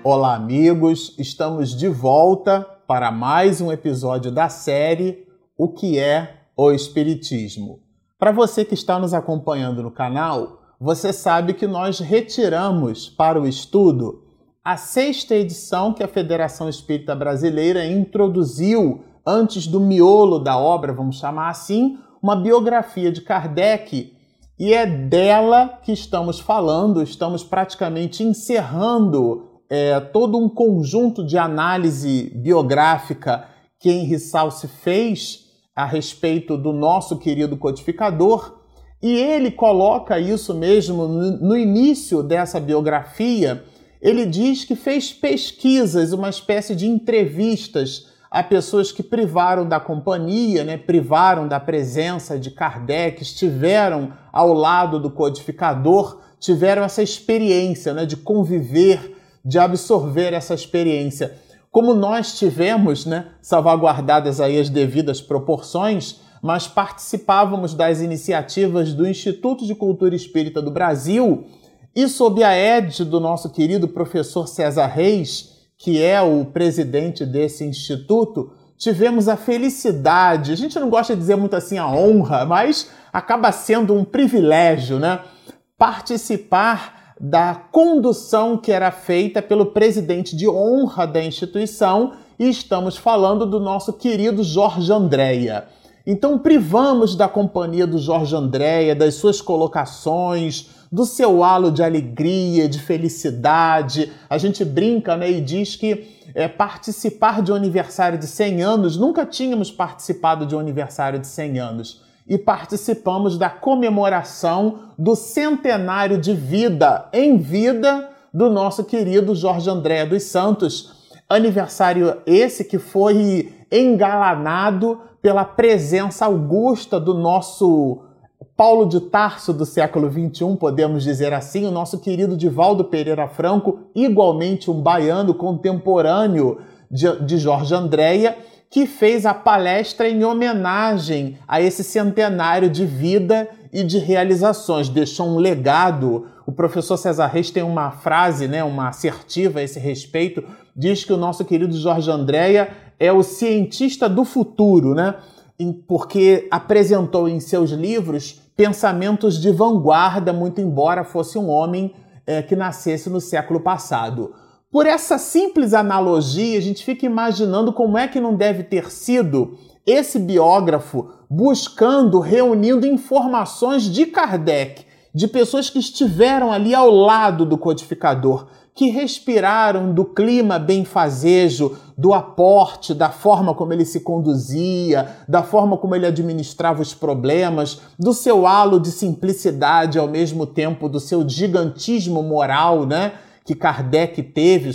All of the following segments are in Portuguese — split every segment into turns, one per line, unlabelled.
Olá, amigos! Estamos de volta para mais um episódio da série O que é o Espiritismo. Para você que está nos acompanhando no canal, você sabe que nós retiramos para o estudo a 6ª edição que a Federação Espírita Brasileira introduziu antes do miolo da obra, vamos chamar assim, uma biografia de Kardec, e é dela que estamos falando, estamos praticamente encerrando todo um conjunto de análise biográfica que Henri Salce fez a respeito do nosso querido codificador, e ele coloca isso mesmo no início dessa biografia. Ele diz que fez pesquisas, uma espécie de entrevistas a pessoas que privaram da companhia, privaram da presença de Kardec, estiveram ao lado do codificador, tiveram essa experiência de conviver, de absorver essa experiência. Como nós tivemos, salvaguardadas aí as devidas proporções, mas participávamos das iniciativas do Instituto de Cultura Espírita do Brasil e sob a égide do nosso querido professor César Reis, que é o presidente desse instituto, tivemos a felicidade, a gente não gosta de dizer muito assim a honra, mas acaba sendo um privilégio, participar da condução que era feita pelo presidente de honra da instituição, e estamos falando do nosso querido Jorge Andréa. Então privamos da companhia do Jorge Andréa, das suas colocações, do seu halo de alegria, de felicidade. A gente brinca e diz que participar de um aniversário de 100 anos, nunca tínhamos participado de um aniversário de 100 anos, e participamos da comemoração do centenário de vida, em vida, do nosso querido Jorge Andréa dos Santos. Aniversário esse que foi engalanado pela presença augusta do nosso Paulo de Tarso do século XXI, podemos dizer assim, o nosso querido Divaldo Pereira Franco, igualmente um baiano contemporâneo de Jorge Andréa, que fez a palestra em homenagem a esse centenário de vida e de realizações. Deixou um legado. O professor César Reis tem uma frase, uma assertiva a esse respeito, diz que o nosso querido Jorge Andréa é o cientista do futuro, porque apresentou em seus livros pensamentos de vanguarda, muito embora fosse um homem que nascesse no século passado. Por essa simples analogia, a gente fica imaginando como é que não deve ter sido esse biógrafo buscando, reunindo informações de Kardec, de pessoas que estiveram ali ao lado do codificador, que respiraram do clima benfazejo, do aporte, da forma como ele se conduzia, da forma como ele administrava os problemas, do seu halo de simplicidade, ao mesmo tempo do seu gigantismo moral, que Kardec teve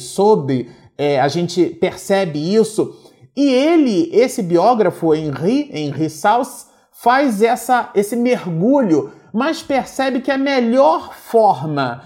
a gente percebe isso. E esse biógrafo, Henri Salce, faz esse mergulho, mas percebe que a melhor forma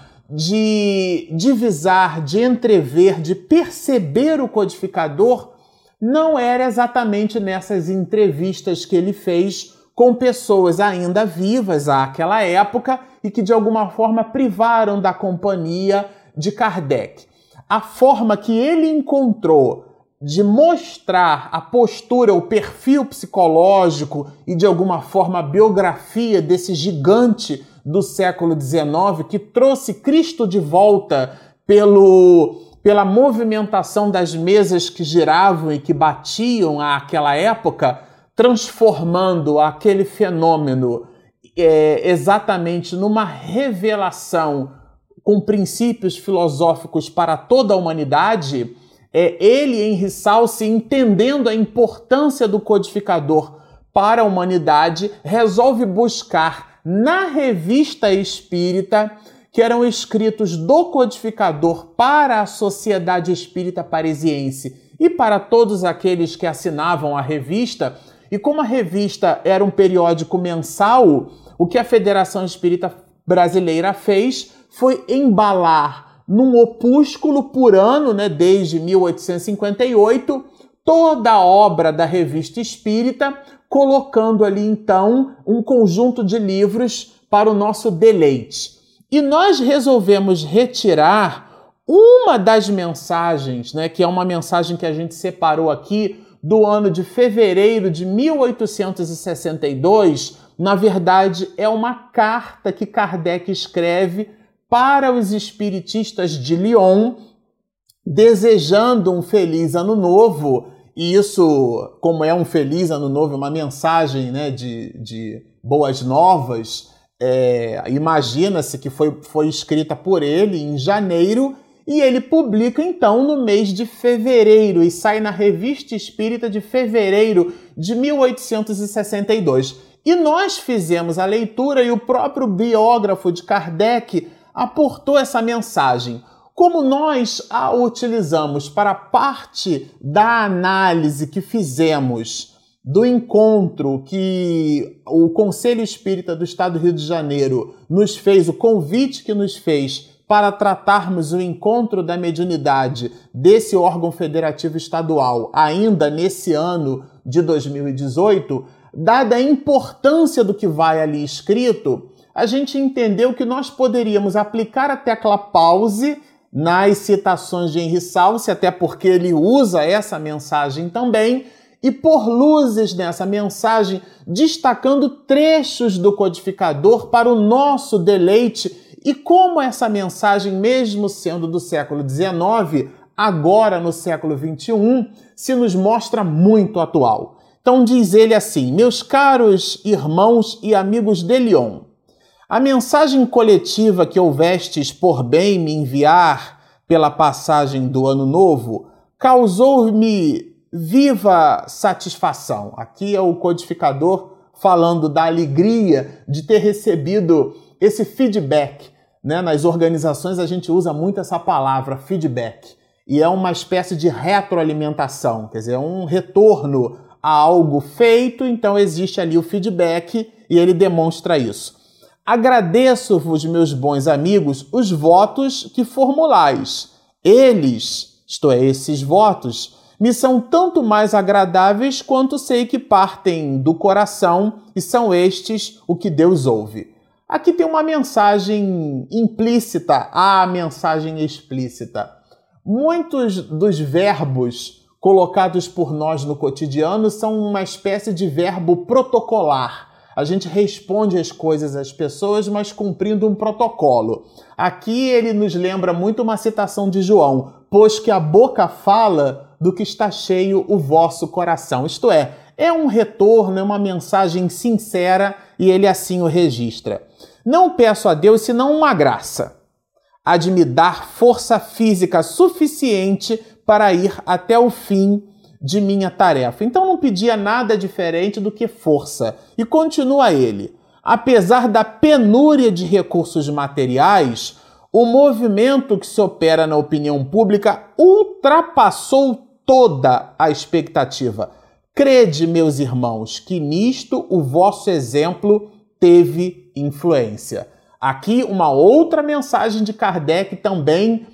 de divisar, de entrever, de perceber o codificador não era exatamente nessas entrevistas que ele fez com pessoas ainda vivas àquela época e que de alguma forma privaram da companhia de Kardec. A forma que ele encontrou de mostrar a postura, o perfil psicológico e de alguma forma a biografia desse gigante do século XIX, que trouxe Cristo de volta pela movimentação das mesas que giravam e que batiam àquela época, transformando aquele fenômeno exatamente numa revelação com princípios filosóficos para toda a humanidade. Ele, Henri Salce, entendendo a importância do codificador para a humanidade, resolve buscar na Revista Espírita, que eram escritos do codificador para a Sociedade Espírita Parisiense e para todos aqueles que assinavam a revista. E como a revista era um periódico mensal, o que a Federação Espírita Brasileira fez foi embalar num opúsculo por ano, desde 1858, toda a obra da Revista Espírita, colocando ali, então, um conjunto de livros para o nosso deleite. E nós resolvemos retirar Uma das mensagens, né, que é uma mensagem que a gente separou aqui do ano de fevereiro de 1862, na verdade é uma carta que Kardec escreve para os espiritistas de Lyon, desejando um feliz ano novo. E isso, como é um feliz ano novo, uma mensagem, né, de boas novas, imagina-se que foi escrita por ele em janeiro, e ele publica então no mês de fevereiro e sai na Revista Espírita de fevereiro de 1862. E nós fizemos a leitura e o próprio biógrafo de Kardec aportou essa mensagem. Como nós a utilizamos para a parte da análise que fizemos do encontro que o Conselho Espírita do Estado do Rio de Janeiro nos fez, o convite que nos fez para tratarmos o encontro da mediunidade desse órgão federativo estadual ainda nesse ano de 2018, dada a importância do que vai ali escrito, a gente entendeu que nós poderíamos aplicar a tecla pause nas citações de Henri Salce, até porque ele usa essa mensagem também, e pôr luzes nessa mensagem, destacando trechos do codificador para o nosso deleite. E como essa mensagem, mesmo sendo do século XIX, agora no século XXI, se nos mostra muito atual. Então diz ele assim: meus caros irmãos e amigos de Lyon, a mensagem coletiva que houvestes por bem me enviar pela passagem do Ano Novo causou-me viva satisfação. Aqui é o codificador falando da alegria de ter recebido esse feedback. Né? Nas organizações a gente usa muito essa palavra, feedback, e é uma espécie de retroalimentação, quer dizer, um retorno a algo feito, então existe ali o feedback e ele demonstra isso. Agradeço-vos, meus bons amigos, os votos que formulais. Eles, isto é, esses votos, me são tanto mais agradáveis quanto sei que partem do coração e são estes o que Deus ouve. Aqui tem uma mensagem implícita, a mensagem explícita. Muitos dos verbos colocados por nós no cotidiano são uma espécie de verbo protocolar. A gente responde as coisas às pessoas, mas cumprindo um protocolo. Aqui ele nos lembra muito uma citação de João, pois que a boca fala do que está cheio o vosso coração. Isto é um retorno, é uma mensagem sincera e ele assim o registra. Não peço a Deus senão uma graça, a de me dar força física suficiente para ir até o fim de minha tarefa. Então não pedia nada diferente do que força. E continua ele. Apesar da penúria de recursos materiais, o movimento que se opera na opinião pública ultrapassou toda a expectativa. Crede, meus irmãos, que nisto o vosso exemplo teve influência. Aqui uma outra mensagem de Kardec também,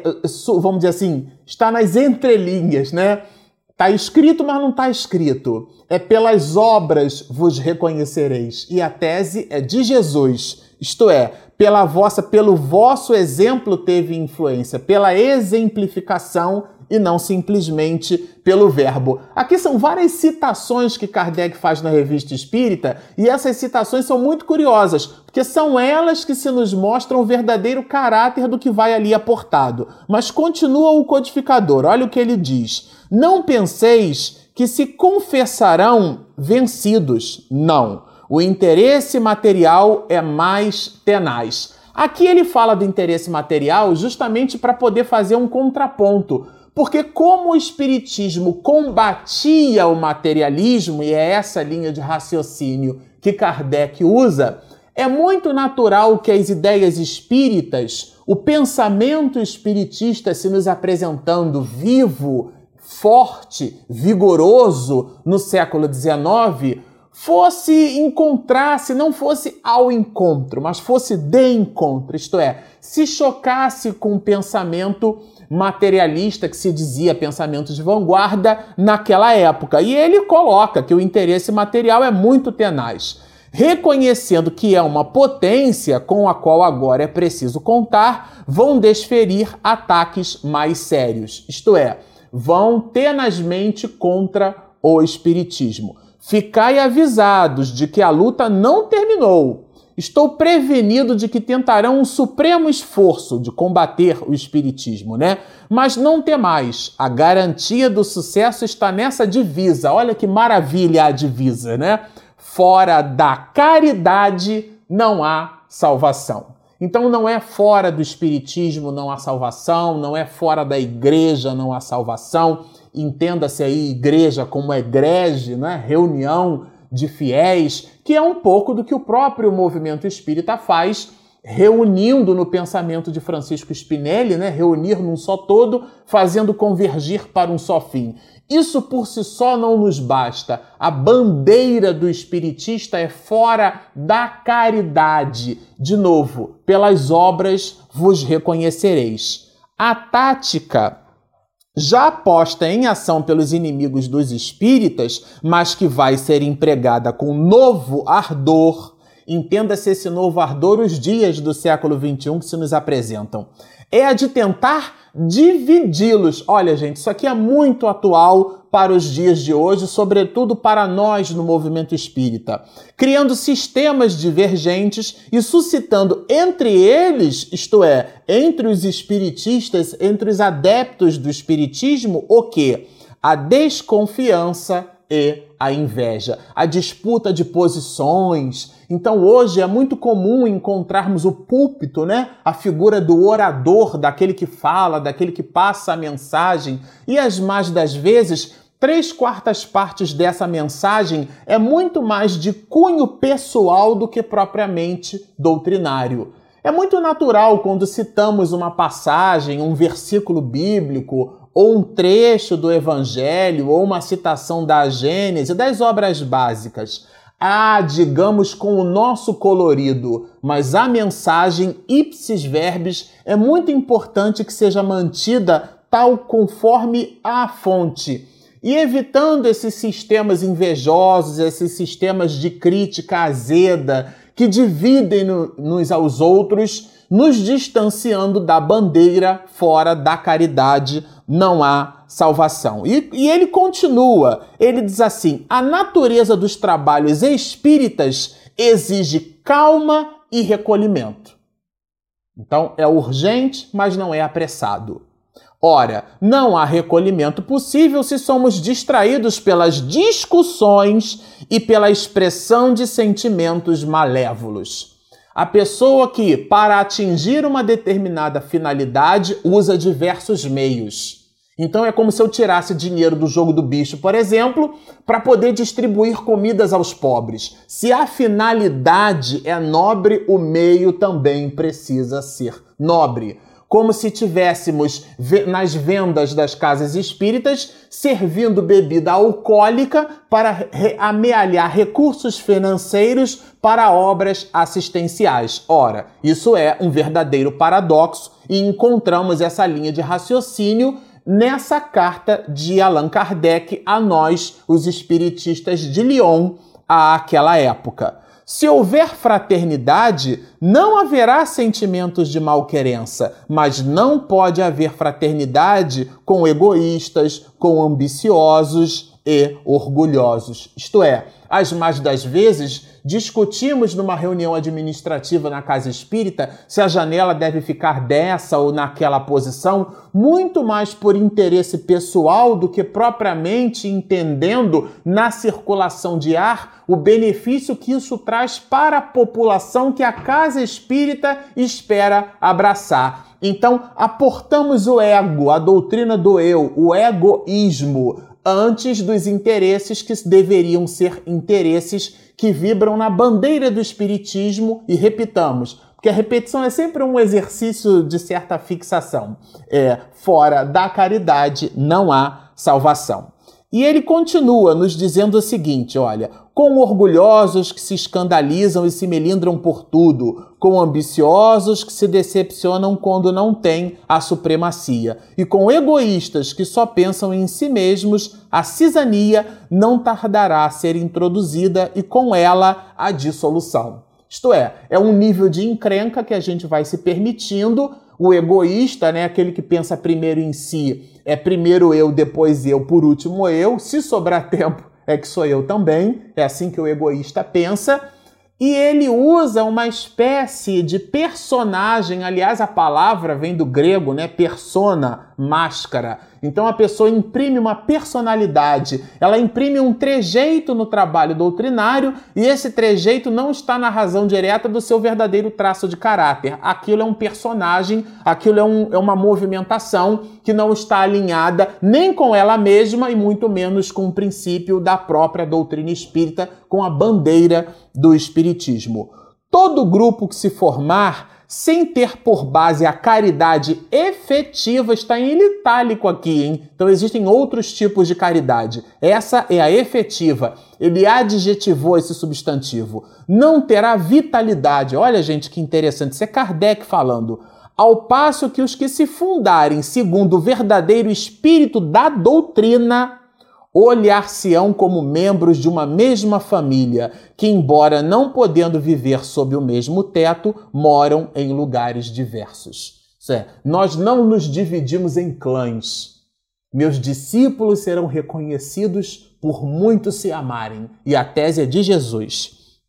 vamos dizer assim, está nas entrelinhas, né? Está escrito, mas não está escrito. É pelas obras vos reconhecereis. E a tese é de Jesus. Isto é, pelo vosso exemplo teve influência, pela exemplificação e não simplesmente pelo verbo. Aqui são várias citações que Kardec faz na Revista Espírita e essas citações são muito curiosas, porque são elas que se nos mostram o verdadeiro caráter do que vai ali aportado. Mas continua o codificador, olha o que ele diz. Não penseis que se confessarão vencidos. Não. O interesse material é mais tenaz. Aqui ele fala do interesse material justamente para poder fazer um contraponto. Porque como o Espiritismo combatia o materialismo, e é essa linha de raciocínio que Kardec usa, é muito natural que as ideias espíritas, o pensamento espiritista se nos apresentando vivo, forte, vigoroso no século XIX, encontrasse, não fosse ao encontro, mas fosse de encontro, isto é, se chocasse com o pensamento materialista que se dizia pensamento de vanguarda naquela época. E ele coloca que o interesse material é muito tenaz. reconhecendo que é uma potência com a qual agora é preciso contar, vão desferir ataques mais sérios, isto é, vão tenazmente contra o espiritismo. Ficai avisados de que a luta não terminou. Estou prevenido de que tentarão um supremo esforço de combater o espiritismo, né? Mas não temais, a garantia do sucesso está nessa divisa. Olha que maravilha a divisa, né? Fora da caridade não há salvação. Então não é fora do espiritismo não há salvação, não é fora da igreja não há salvação. Entenda-se aí igreja como egrege, né? Reunião de fiéis, que é um pouco do que o próprio movimento espírita faz, reunindo no pensamento de Francisco Spinelli, né? Reunir num só todo, fazendo convergir para um só fim. Isso por si só não nos basta. A bandeira do espiritista é fora da caridade. De novo, pelas obras vos reconhecereis. A tática já posta em ação pelos inimigos dos espíritas, mas que vai ser empregada com novo ardor, entenda-se esse novo ardor os dias do século XXI que se nos apresentam, é a de tentar dividi-los. Olha, gente, isso aqui é muito atual para os dias de hoje, sobretudo para nós no movimento espírita, criando sistemas divergentes e suscitando entre eles, isto é, entre os espiritistas, entre os adeptos do espiritismo, o quê? A desconfiança e a inveja, a disputa de posições. Então hoje é muito comum encontrarmos o púlpito, né? A figura do orador, daquele que fala, daquele que passa a mensagem, e as mais das vezes 3/4 partes dessa mensagem é muito mais de cunho pessoal do que propriamente doutrinário. É muito natural quando citamos uma passagem, um versículo bíblico, ou um trecho do Evangelho, ou uma citação da Gênese, das obras básicas. Digamos com o nosso colorido, mas a mensagem ipsis verbis é muito importante que seja mantida tal conforme a fonte. E evitando esses sistemas invejosos, esses sistemas de crítica azeda, que dividem uns aos outros, nos distanciando da bandeira fora da caridade, não há salvação. E ele continua, ele diz assim, a natureza dos trabalhos espíritas exige calma e recolhimento. Então é urgente, mas não é apressado. Ora, não há recolhimento possível se somos distraídos pelas discussões e pela expressão de sentimentos malévolos. A pessoa que, para atingir uma determinada finalidade, usa diversos meios. Então é como se eu tirasse dinheiro do jogo do bicho, por exemplo, para poder distribuir comidas aos pobres. Se a finalidade é nobre, o meio também precisa ser nobre. Como se tivéssemos nas vendas das casas espíritas servindo bebida alcoólica para amealhar recursos financeiros para obras assistenciais. Ora, isso é um verdadeiro paradoxo e encontramos essa linha de raciocínio nessa carta de Allan Kardec a nós, os espiritistas de Lyon, àquela época. Se houver fraternidade, não haverá sentimentos de malquerença, mas não pode haver fraternidade com egoístas, com ambiciosos e orgulhosos. Isto é, as mais das vezes, discutimos numa reunião administrativa na casa espírita se a janela deve ficar dessa ou naquela posição, muito mais por interesse pessoal do que propriamente entendendo na circulação de ar o benefício que isso traz para a população que a casa espírita espera abraçar. Então, aportamos o ego, a doutrina do eu, o egoísmo, antes dos interesses que deveriam ser interesses que vibram na bandeira do espiritismo, e repitamos, porque a repetição é sempre um exercício de certa fixação. Fora da caridade não há salvação. E ele continua nos dizendo o seguinte, olha, com orgulhosos que se escandalizam e se melindram por tudo, com ambiciosos que se decepcionam quando não têm a supremacia, e com egoístas que só pensam em si mesmos, a cisania não tardará a ser introduzida e com ela a dissolução. Isto é um nível de encrenca que a gente vai se permitindo. O egoísta, né, aquele que pensa primeiro em si, é primeiro eu, depois eu, por último eu. Se sobrar tempo, é que sou eu também. É assim que o egoísta pensa. E ele usa uma espécie de personagem, aliás, a palavra vem do grego, né? Persona, máscara. Então a pessoa imprime uma personalidade, ela imprime um trejeito no trabalho doutrinário e esse trejeito não está na razão direta do seu verdadeiro traço de caráter. Aquilo é um personagem, aquilo é uma movimentação que não está alinhada nem com ela mesma e muito menos com o princípio da própria doutrina espírita, com a bandeira do espiritismo. Todo grupo que se formar sem ter por base a caridade efetiva, está em itálico aqui, hein? Então existem outros tipos de caridade. Essa é a efetiva. Ele adjetivou esse substantivo. Não terá vitalidade. Olha, gente, que interessante. Isso é Kardec falando. Ao passo que os que se fundarem segundo o verdadeiro espírito da doutrina olhar-se-ão como membros de uma mesma família, que, embora não podendo viver sob o mesmo teto, moram em lugares diversos. Isso é, nós não nos dividimos em clãs. Meus discípulos serão reconhecidos por muitos se amarem. E a tese é de Jesus.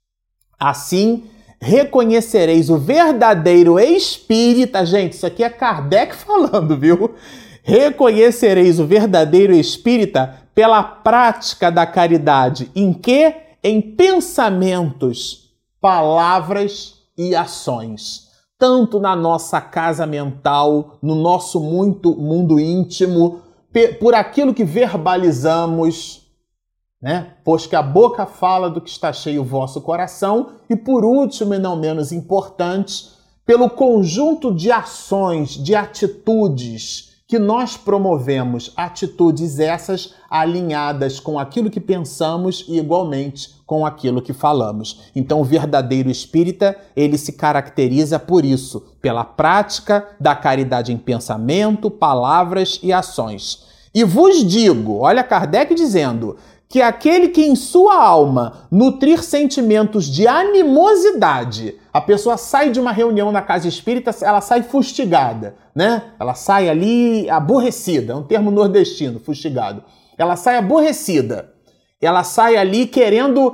Assim, reconhecereis o verdadeiro espírita. Gente, isso aqui é Kardec falando, viu? Reconhecereis o verdadeiro espírita pela prática da caridade. Em quê? Em pensamentos, palavras e ações. Tanto na nossa casa mental, no nosso mundo íntimo, por aquilo que verbalizamos, né? Pois que a boca fala do que está cheio o vosso coração. E por último, e não menos importante, pelo conjunto de ações, de atitudes que nós promovemos, atitudes essas alinhadas com aquilo que pensamos e igualmente com aquilo que falamos. Então o verdadeiro espírita, ele se caracteriza por isso, pela prática da caridade em pensamento, palavras e ações. E vos digo, olha Kardec dizendo, que aquele que em sua alma nutrir sentimentos de animosidade, a pessoa sai de uma reunião na casa espírita, ela sai fustigada, né? Ela sai ali aborrecida, é um termo nordestino, fustigado. Ela sai aborrecida, ela sai ali querendo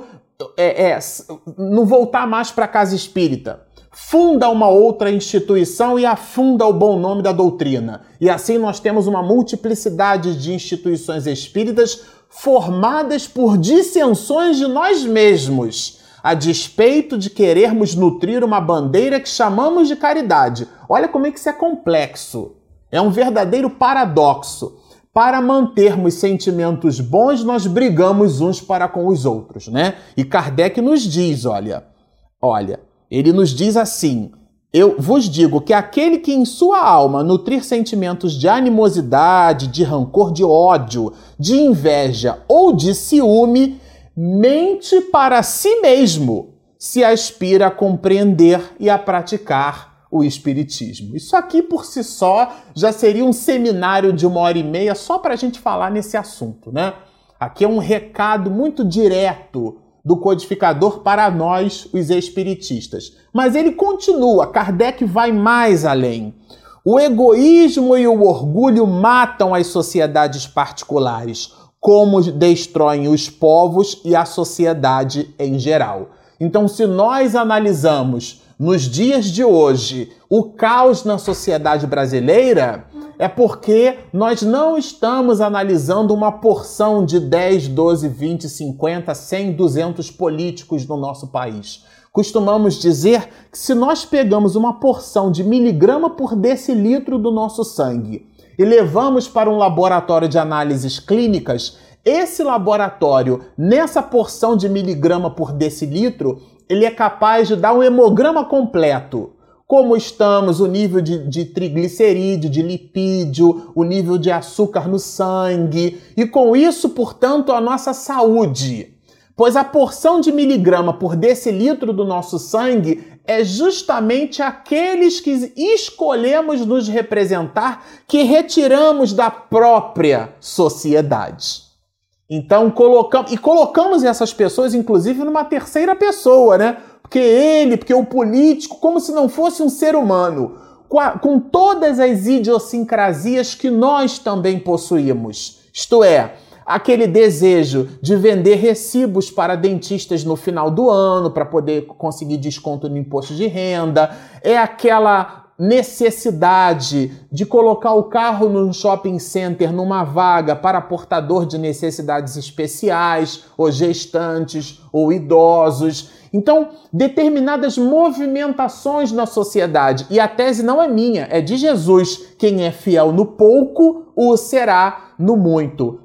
não voltar mais para a casa espírita. Funda uma outra instituição e afunda o bom nome da doutrina. E assim nós temos uma multiplicidade de instituições espíritas formadas por dissensões de nós mesmos, a despeito de querermos nutrir uma bandeira que chamamos de caridade. Olha como é que isso é complexo. É um verdadeiro paradoxo. Para mantermos sentimentos bons, nós brigamos uns para com os outros, né? E Kardec nos diz, olha, ele nos diz assim: eu vos digo que aquele que em sua alma nutrir sentimentos de animosidade, de rancor, de ódio, de inveja ou de ciúme, mente para si mesmo, se aspira a compreender e a praticar o espiritismo. Isso aqui por si só já seria um seminário de 1h30 só para a gente falar nesse assunto, né? Aqui é um recado muito direto do codificador para nós, os espiritistas. Mas ele continua, Kardec vai mais além. O egoísmo e o orgulho matam as sociedades particulares, como destroem os povos e a sociedade em geral. Então, se nós analisamos nos dias de hoje o caos na sociedade brasileira, é porque nós não estamos analisando uma porção de 10, 12, 20, 50, 100, 200 políticos no nosso país. Costumamos dizer que se nós pegamos uma porção de miligrama por decilitro do nosso sangue e levamos para um laboratório de análises clínicas, esse laboratório, nessa porção de miligrama por decilitro, ele é capaz de dar um hemograma completo. Como estamos, o nível de triglicerídeo, de lipídio, o nível de açúcar no sangue. E com isso, portanto, a nossa saúde. Pois a porção de miligrama por decilitro do nosso sangue é justamente aqueles que escolhemos nos representar, que retiramos da própria sociedade. Então colocamos essas pessoas, inclusive, numa terceira pessoa, né? Porque o político, como se não fosse um ser humano, com todas as idiosincrasias que nós também possuímos. Isto é, aquele desejo de vender recibos para dentistas no final do ano para poder conseguir desconto no imposto de renda, é aquela necessidade de colocar o carro num shopping center numa vaga para portador de necessidades especiais, ou gestantes, ou idosos. Então, determinadas movimentações na sociedade, e a tese não é minha, é de Jesus. Quem é fiel no pouco, o será no muito.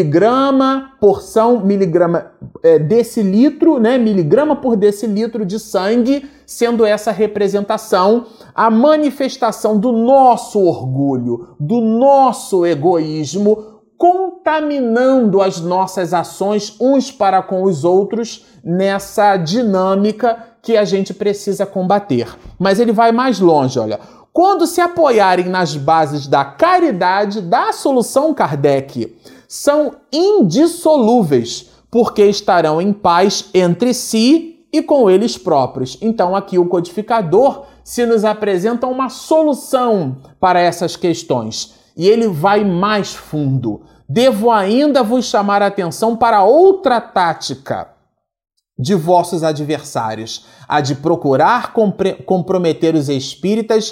Decilitro, né? Miligrama por decilitro de sangue, sendo essa representação a manifestação do nosso orgulho, do nosso egoísmo, contaminando as nossas ações uns para com os outros nessa dinâmica que a gente precisa combater. Mas ele vai mais longe, olha. Quando se apoiarem nas bases da caridade, da solução Kardec, são indissolúveis, porque estarão em paz entre si e com eles próprios. Então aqui o codificador se nos apresenta uma solução para essas questões. E ele vai mais fundo. Devo ainda vos chamar a atenção para outra tática de vossos adversários, a de procurar comprometer os espíritas,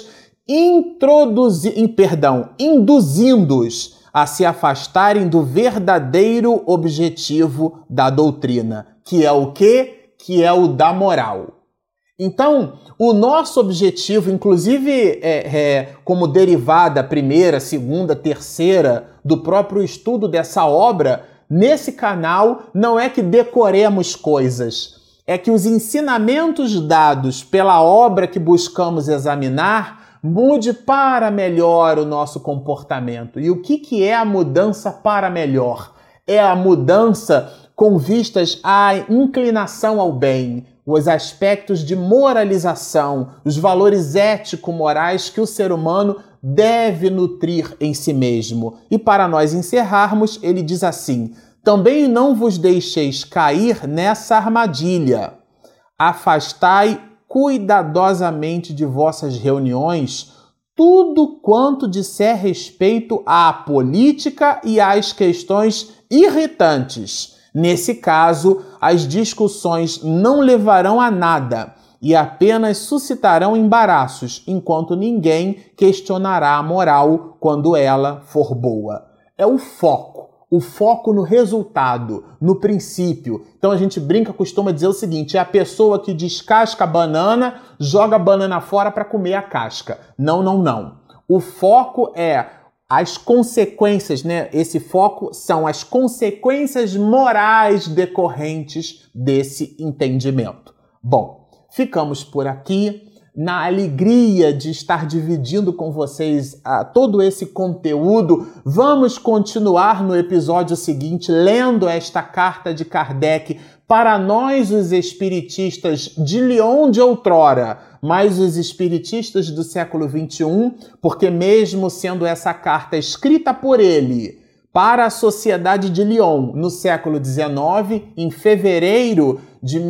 induzindo-os a se afastarem do verdadeiro objetivo da doutrina, que é o quê? Que é o da moral. Então, o nosso objetivo, inclusive como derivada primeira, segunda, terceira do próprio estudo dessa obra, nesse canal não é que decoremos coisas, é que os ensinamentos dados pela obra que buscamos examinar mude para melhor o nosso comportamento. E o que é a mudança para melhor? É a mudança com vistas à inclinação ao bem, os aspectos de moralização, os valores ético-morais que o ser humano deve nutrir em si mesmo. E para nós encerrarmos, ele diz assim: também não vos deixeis cair nessa armadilha. Afastai cuidadosamente de vossas reuniões tudo quanto disser respeito à política e às questões irritantes. Nesse caso, as discussões não levarão a nada e apenas suscitarão embaraços, enquanto ninguém questionará a moral quando ela for boa. É o foco no resultado, no princípio. Então a gente costuma dizer o seguinte: é a pessoa que descasca a banana, joga a banana fora para comer a casca. Não. O foco é as consequências, né? Esse foco são as consequências morais decorrentes desse entendimento. Bom, ficamos por aqui. Na alegria de estar dividindo com vocês todo esse conteúdo, vamos continuar no episódio seguinte lendo esta carta de Kardec para nós, os espiritistas de Lyon de outrora, mas os espiritistas do século XXI, porque mesmo sendo essa carta escrita por ele para a Sociedade de Lyon no século XIX, em fevereiro de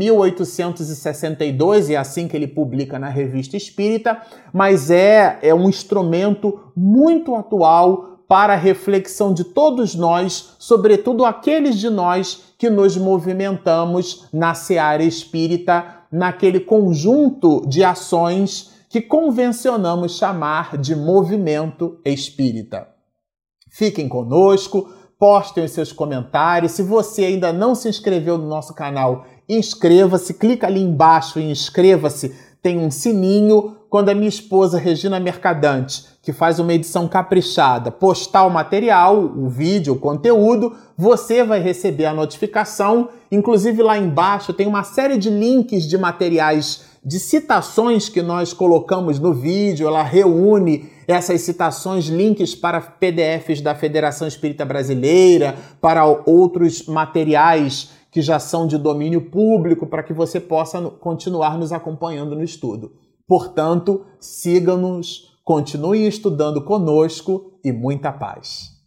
1862, e é assim que ele publica na Revista Espírita, mas é um instrumento muito atual para a reflexão de todos nós, sobretudo aqueles de nós que nos movimentamos na seara espírita, naquele conjunto de ações que convencionamos chamar de movimento espírita. Fiquem conosco, postem os seus comentários. Se você ainda não se inscreveu no nosso canal, inscreva-se, clica ali embaixo em inscreva-se, tem um sininho. Quando a minha esposa Regina Mercadante, que faz uma edição caprichada, postar o material, o vídeo, o conteúdo, você vai receber a notificação. Inclusive lá embaixo tem uma série de links de materiais, de citações que nós colocamos no vídeo. Ela reúne essas citações, links para PDFs da Federação Espírita Brasileira, para outros materiais que que já são de domínio público para que você possa continuar nos acompanhando no estudo. Portanto, siga-nos, continuem estudando conosco e muita paz.